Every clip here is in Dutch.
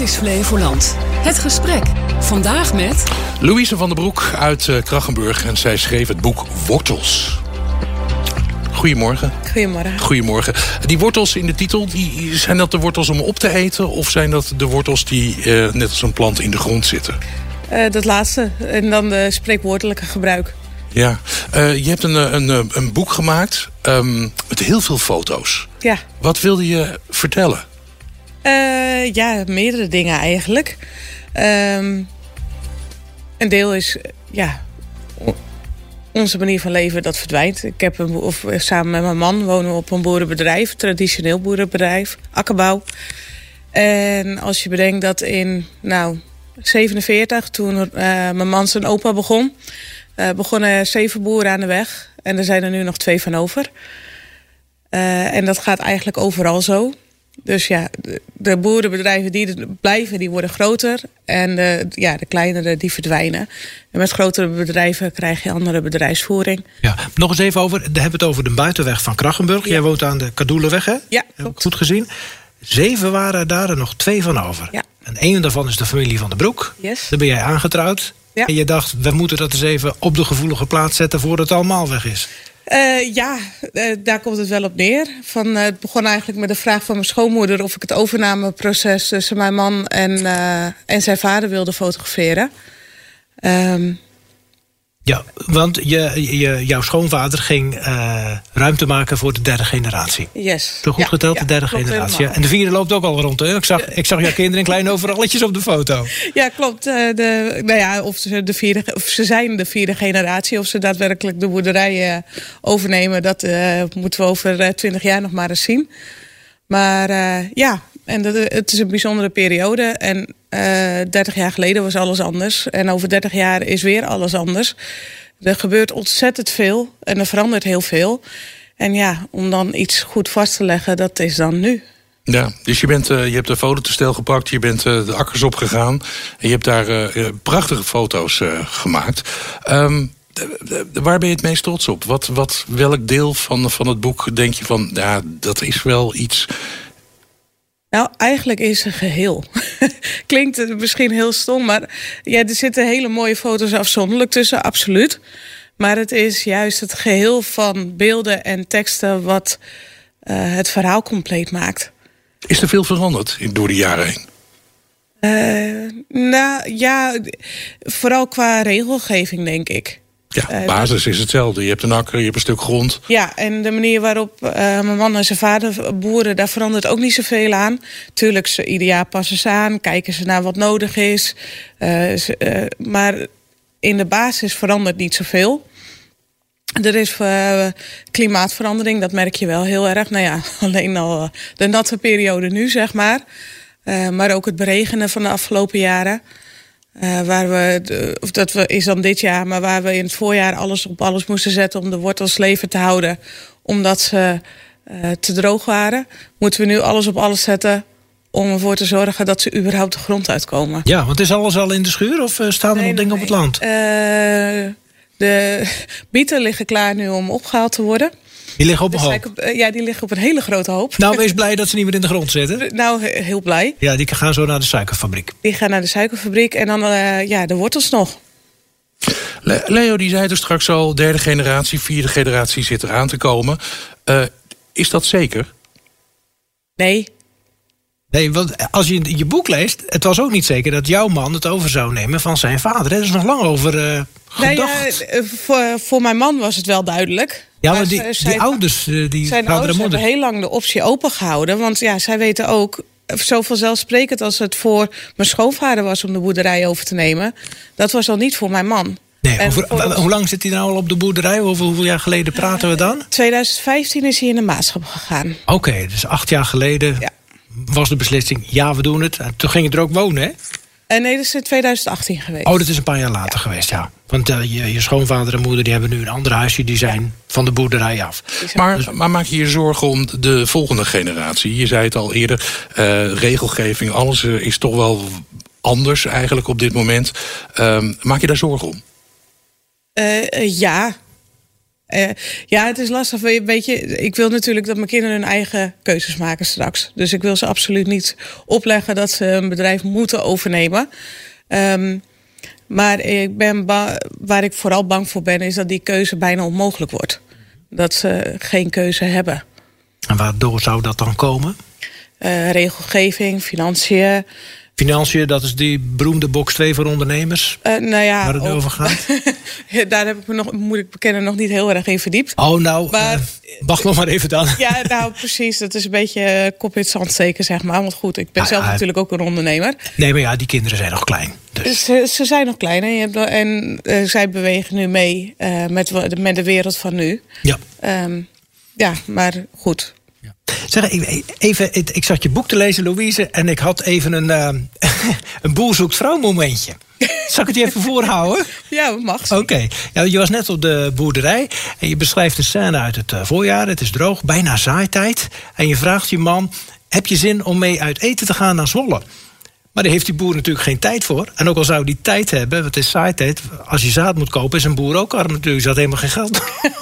is Flevoland. Het gesprek. Vandaag met Louise van der Broek uit Krachenburg. En zij schreef het boek Wortels. Goedemorgen. Goedemorgen. Goedemorgen. Die wortels in de titel, zijn dat de wortels om op te eten? Of zijn dat de wortels die net als een plant in de grond zitten? Dat laatste. En dan de spreekwoordelijke gebruik. Ja. Je hebt een boek gemaakt met heel veel foto's. Ja. Wat wilde je vertellen? Meerdere dingen eigenlijk. Een deel is onze manier van leven dat verdwijnt. Samen met mijn man wonen we op een boerenbedrijf, traditioneel boerenbedrijf, akkerbouw. En als je bedenkt dat in 47, toen mijn man zijn opa begon, begonnen 7 boeren aan de weg. En er zijn er nu nog 2 van over. En dat gaat eigenlijk overal zo. Dus ja, de boerenbedrijven die er blijven, die worden groter. En de kleinere, die verdwijnen. En met grotere bedrijven krijg je andere bedrijfsvoering. Ja, nog eens even over, we hebben het over de buitenweg van Krachenburg. Ja. Jij woont aan de Kadoelenweg, hè? Ja, heb ik goed gezien. 7 waren daar er nog 2 van over. Ja. En 1 daarvan is de familie van der Broek. Yes. Daar ben jij aangetrouwd. Ja. En je dacht, we moeten dat eens even op de gevoelige plaats zetten voordat het allemaal weg is. Daar komt het wel op neer. Het begon eigenlijk met de vraag van mijn schoonmoeder of ik het overnameproces tussen mijn man en zijn vader wilde fotograferen. Ja, want jouw schoonvader ging ruimte maken voor de 3e generatie. Yes. Zo goed geteld, de 3e generatie. En de 4e loopt ook al rond. Hè? Ik zag jouw kinderen in kleine overalletjes op de foto. Ja, klopt. Of ze zijn de 4e generatie. Of ze daadwerkelijk de boerderij overnemen, dat moeten we over 20 jaar nog maar eens zien. Maar het is een bijzondere periode. En 30 jaar geleden was alles anders. En over 30 jaar is weer alles anders. Er gebeurt ontzettend veel. En er verandert heel veel. En ja, om dan iets goed vast te leggen, dat is dan nu. Ja, dus je hebt de fototoestel gepakt. Je bent de akkers opgegaan. En je hebt daar prachtige foto's gemaakt. Waar ben je het meest trots op? Welk deel van het boek denk je van, ja, dat is wel iets? Nou, eigenlijk is het geheel. Klinkt misschien heel stom, maar ja, er zitten hele mooie foto's afzonderlijk tussen, absoluut. Maar het is juist het geheel van beelden en teksten wat het verhaal compleet maakt. Is er veel veranderd door de jaren heen? Vooral qua regelgeving, denk ik. Ja, basis is hetzelfde. Je hebt een akker, je hebt een stuk grond. Ja, en de manier waarop mijn man en zijn vader boeren, daar verandert ook niet zoveel aan. Tuurlijk, ieder jaar passen ze aan, kijken ze naar wat nodig is. Maar in de basis verandert niet zoveel. Er is klimaatverandering, dat merk je wel heel erg. Nou ja, alleen al de natte periode nu, zeg maar. Maar ook het beregenen van de afgelopen jaren. Is dan dit jaar, maar waar we in het voorjaar alles op alles moesten zetten om de wortels levend te houden, omdat ze te droog waren, moeten we nu alles op alles zetten om ervoor te zorgen dat ze überhaupt de grond uitkomen. Ja, want is alles al in de schuur of staan er nog dingen op het land? De bieten liggen klaar nu om opgehaald te worden. Die liggen op een hoop? Die liggen op een hele grote hoop. Nou, wees blij dat ze niet meer in de grond zitten. Nou, heel blij. Ja, die gaan zo naar de suikerfabriek. Die gaan naar de suikerfabriek en dan de wortels nog. Leo, die zei er straks al, 3e generatie, 4e generatie zit eraan te komen. Is dat zeker? Nee. Nee, want als je je boek leest, het was ook niet zeker dat jouw man het over zou nemen van zijn vader. Er is nog lang over gedacht. Voor mijn man was het wel duidelijk. Ja, maar die ouders, zijn ouders hebben heel lang de optie opengehouden. Want ja, zij weten ook, zo vanzelfsprekend als het voor mijn schoonvader was om de boerderij over te nemen, dat was al niet voor mijn man. Nee, hoe lang zit hij nou al op de boerderij? Over hoeveel jaar geleden praten we dan? 2015 is hij in de maatschap gegaan. Oké, dus 8 jaar geleden was de beslissing, ja, we doen het. En toen ging je er ook wonen, hè? Nee, dat is in 2018 geweest. Oh, dat is een paar jaar later geweest, ja. Want je schoonvader en moeder die hebben nu een ander huisje. Die zijn van de boerderij af. Maar maak je je zorgen om de volgende generatie? Je zei het al eerder, regelgeving, alles is toch wel anders eigenlijk op dit moment. Maak je daar zorgen om? Ja. Ja, het is lastig. Weet je, ik wil natuurlijk dat mijn kinderen hun eigen keuzes maken straks. Dus ik wil ze absoluut niet opleggen dat ze een bedrijf moeten overnemen. Maar waar ik vooral bang voor ben, is dat die keuze bijna onmogelijk wordt. Dat ze geen keuze hebben. En waardoor zou dat dan komen? Regelgeving, financiën. Financiën, dat is die beroemde box 2 voor ondernemers. Waar het over gaat. Daar heb ik me moet ik bekennen, nog niet heel erg in verdiept. Oh, nou, wacht nog maar even dan. Ja, nou precies. Dat is een beetje kop in het zand steken, zeg maar. Want goed, ik ben zelf natuurlijk ook een ondernemer. Nee, maar ja, die kinderen zijn nog klein. Dus. Ze zijn nog klein en zij bewegen nu mee met de wereld van nu. Ja. Ja, maar goed. Ja. Zeg, even, ik zat je boek te lezen, Louise, en ik had even een boer zoekt vrouw momentje. Zal ik het je even voorhouden? Ja, mag. Oké. Ja, je was net op de boerderij en je beschrijft een scène uit het voorjaar. Het is droog, bijna zaaitijd. En je vraagt je man, heb je zin om mee uit eten te gaan naar Zwolle? Maar daar heeft die boer natuurlijk geen tijd voor. En ook al zou die tijd hebben, het is zaaitijd. Als je zaad moet kopen, is een boer ook arm natuurlijk. Ze had helemaal geen geld.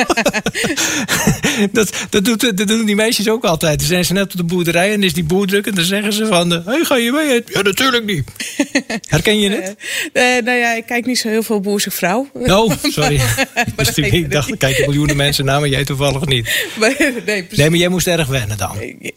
dat doen die meisjes ook altijd. Dan zijn ze net op de boerderij en is die boer druk. En dan zeggen ze van, hey, ga je mee? Ja, natuurlijk niet. Herken je het? Nou ja, ik kijk niet zo heel veel Boer zoekt vrouw. Oh, sorry. Ik dacht, er kijken miljoenen mensen naar, maar jij toevallig niet. Nee, maar jij moest erg wennen dan.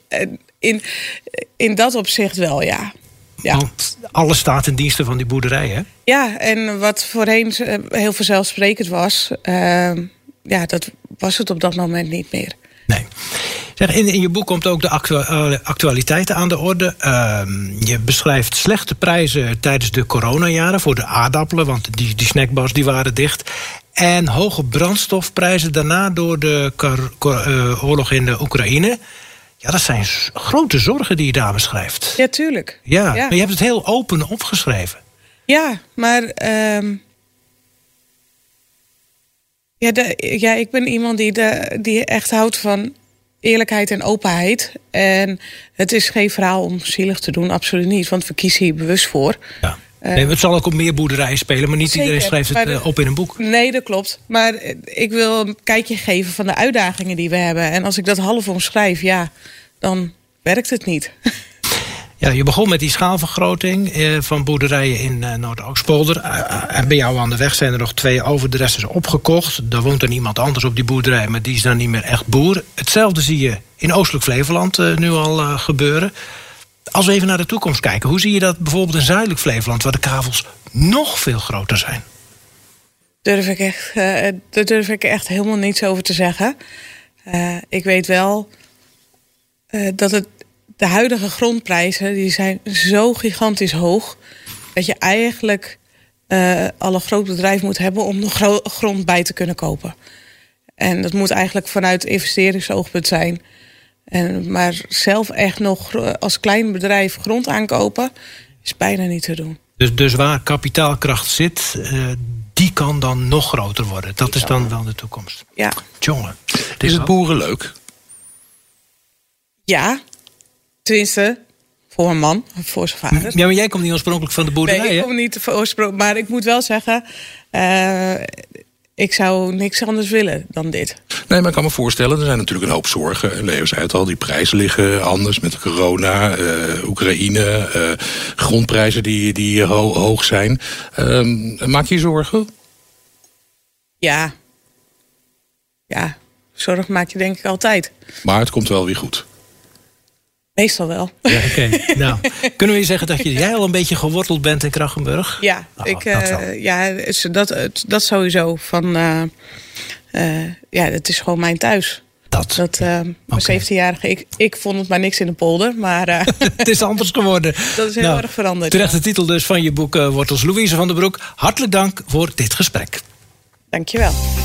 In dat opzicht wel, ja. Ja. Want alles staat in dienste van die boerderij, hè? Ja, en wat voorheen heel vanzelfsprekend was, dat was het op dat moment niet meer. Nee. Zeg, in je boek komt ook de actualiteiten aan de orde. Je beschrijft slechte prijzen tijdens de coronajaren voor de aardappelen, want die snackbars die waren dicht. En hoge brandstofprijzen daarna door de oorlog in de Oekraïne. Ja, dat zijn grote zorgen die je daar beschrijft. Ja, tuurlijk. Ja, maar je hebt het heel open opgeschreven. Ja, maar ik ben iemand die echt houdt van eerlijkheid en openheid. En het is geen verhaal om zielig te doen, absoluut niet. Want we kiezen hier bewust voor. Ja. Nee, het zal ook op meer boerderijen spelen, maar niet zeker, iedereen schrijft het op in een boek. Nee, dat klopt. Maar ik wil een kijkje geven van de uitdagingen die we hebben. En als ik dat half omschrijf, dan werkt het niet. Ja, je begon met die schaalvergroting van boerderijen in Noord-Oostpolder. En bij jou aan de weg zijn er nog 2 over. De rest is opgekocht. Daar woont er niemand anders op die boerderij, maar die is dan niet meer echt boer. Hetzelfde zie je in Oostelijk Flevoland nu al gebeuren. Als we even naar de toekomst kijken, hoe zie je dat bijvoorbeeld in Zuidelijk Flevoland, waar de kavels nog veel groter zijn? Daar durf ik echt helemaal niets over te zeggen. Ik weet wel dat de huidige grondprijzen, die zijn zo gigantisch hoog, dat je eigenlijk al een groot bedrijf moet hebben om nog grond bij te kunnen kopen. En dat moet eigenlijk vanuit investeringsoogpunt zijn. Maar zelf echt nog als klein bedrijf grond aankopen is bijna niet te doen. Dus waar kapitaalkracht zit, die kan dan nog groter worden. Dat is dan wel de toekomst. Ja. Jongen. Is het boeren leuk? Ja, tenminste voor een man, voor zijn vader. Ja, maar jij komt niet oorspronkelijk van de boerderij, hè? Nee, ik kom niet oorspronkelijk. Maar ik moet wel zeggen, ik zou niks anders willen dan dit. Nee, maar ik kan me voorstellen, er zijn natuurlijk een hoop zorgen. Leo zei het al, die prijzen liggen anders met corona, Oekraïne, grondprijzen die hoog zijn. Maak je zorgen? Ja. Ja, zorg maak je denk ik altijd. Maar het komt wel weer goed. Meestal wel. Ja, oké. Nou, kunnen we je zeggen dat jij al een beetje geworteld bent in Krachenburg? Ja, dat sowieso. Het is gewoon mijn thuis. Mijn 17-jarige, ik vond het maar niks in de polder. Maar het is anders geworden. Dat is heel erg veranderd. Terecht de titel dus van je boek Wortels. Louise van der Broek, hartelijk dank voor dit gesprek. Dankjewel.